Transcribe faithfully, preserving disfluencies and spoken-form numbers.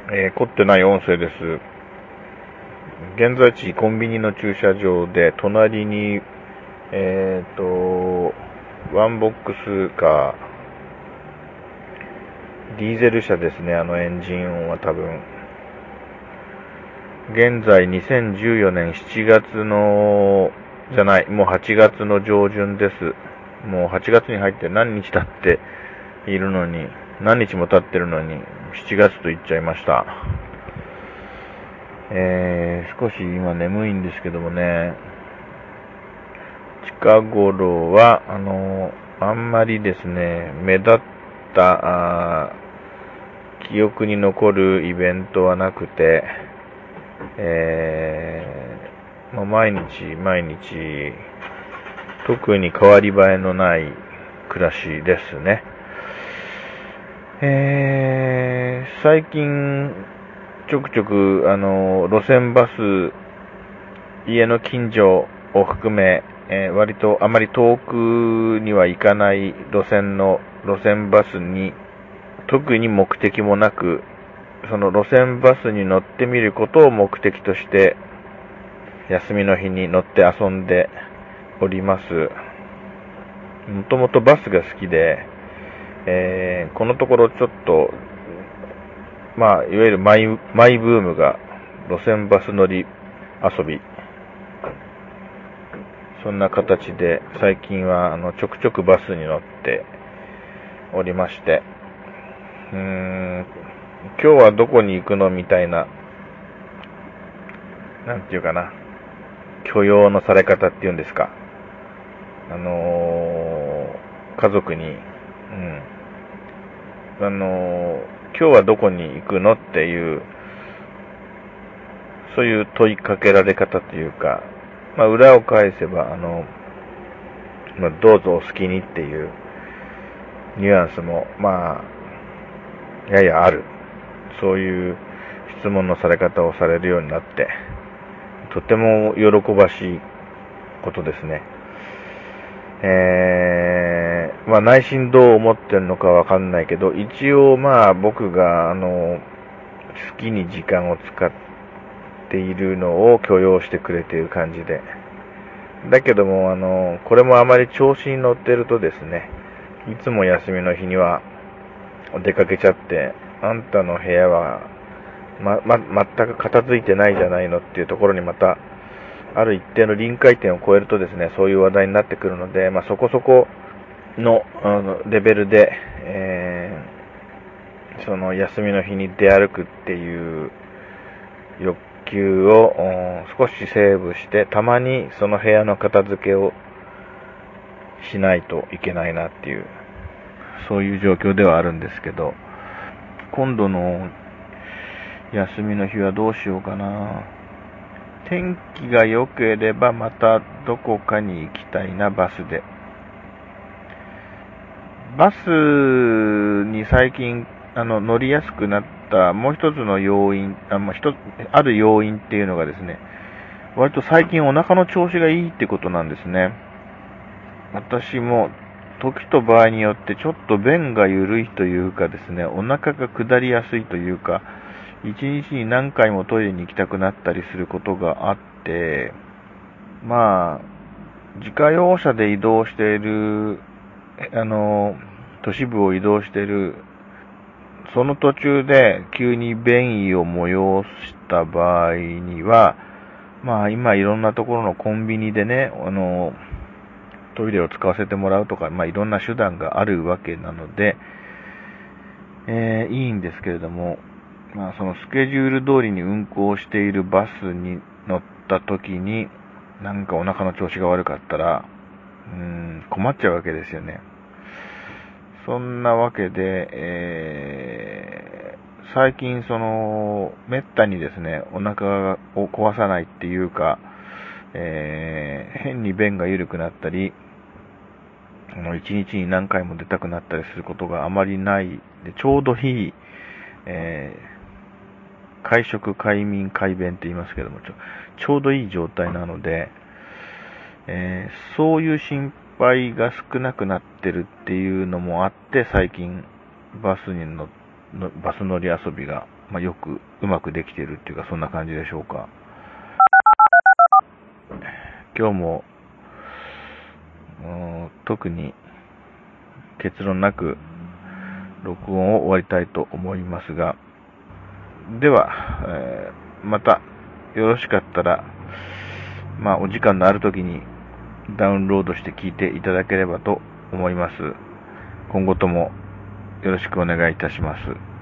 えー、凝ってない音声です。現在地コンビニの駐車場で隣にえっ、ー、とワンボックスカー、ディーゼル車ですね。あのエンジン音は多分現在にせんじゅうよねんしちがつのじゃないもうはちがつの上旬です。もうはちがつに入って何日経っているのに何日も経ってるのにしちがつと言っちゃいました。えー、少し今眠いんですけどもね、近頃はあのあんまりですね目立った記憶に残るイベントはなくて、えー、もう毎日毎日特に変わり映えのない暮らしですね。えー、最近ちょくちょくあの路線バス、家の近所を含め、えー、割とあまり遠くには行かない路線の路線バスに特に目的もなく、その路線バスに乗ってみることを目的として休みの日に乗って遊んでおります。もともとバスが好きで、えー、このところちょっとまあいわゆるマイマイブームが路線バス乗り遊び、そんな形で最近はあのちょくちょくバスに乗っておりまして、うーん今日はどこに行くのみたいな、なんていうかな、許容のされ方っていうんですか、あのー、家族に、うん、あのー、今日はどこに行くのっていう、そういう問いかけられ方というか、まあ、裏を返せば、あの、まあ、どうぞお好きにっていうニュアンスも、まあ、ややある。そういう質問のされ方をされるようになって、とても喜ばしいことですね。えー、まあ内心どう思ってるのかわかんないけど、一応まあ僕があの好きに時間を使っているのを許容してくれている感じで、だけどもあのこれもあまり調子に乗ってるとですね、いつも休みの日には出かけちゃって、あんたの部屋はま、ま、全く片付いてないじゃないのっていうところにまたある一定の臨界点を超えるとですね、そういう話題になってくるので、まあ、そこそこの、あのレベルで、えー、その休みの日に出歩くっていう欲求を少しセーブして、たまにその部屋の片付けをしないといけないなっていう、そういう状況ではあるんですけど、今度の休みの日はどうしようかな。天気が良ければまたどこかに行きたいな、バスで。バスに最近あの乗りやすくなったもう一つの要因、あ、まあ、一つある要因っていうのがですね、割と最近お腹の調子がいいってことなんですね。私も時と場合によってちょっと便が緩いというかですね、お腹が下りやすいというか、一日に何回もトイレに行きたくなったりすることがあって、まあ自家用車で移動している、あの都市部を移動しているその途中で急に便意を催した場合には、まあ今いろんなところのコンビニでね、あのトイレを使わせてもらうとか、まあいろんな手段があるわけなので、えー、いいんですけれども、まあそのスケジュール通りに運行しているバスに乗った時に、なんかお腹の調子が悪かったら、うーん、困っちゃうわけですよね。そんなわけで、えー、最近その、めったにですね、お腹を壊さないっていうか、えー、変に便が緩くなったり、あの一日に何回も出たくなったりすることがあまりないで、ちょうどいい、えー、快食、快眠、快便って言いますけども、ちょ、ちょうどいい状態なので、えー、そういう心配が少なくなってるっていうのもあって、最近バスに乗っのバス乗り遊びが、まあ、よくうまくできているっていうか、そんな感じでしょうか。今日も特に結論なく録音を終わりたいと思いますが、では、えー、またよろしかったら、まあ、お時間のあるときにダウンロードして聞いていただければと思います。今後ともよろしくお願いいたします。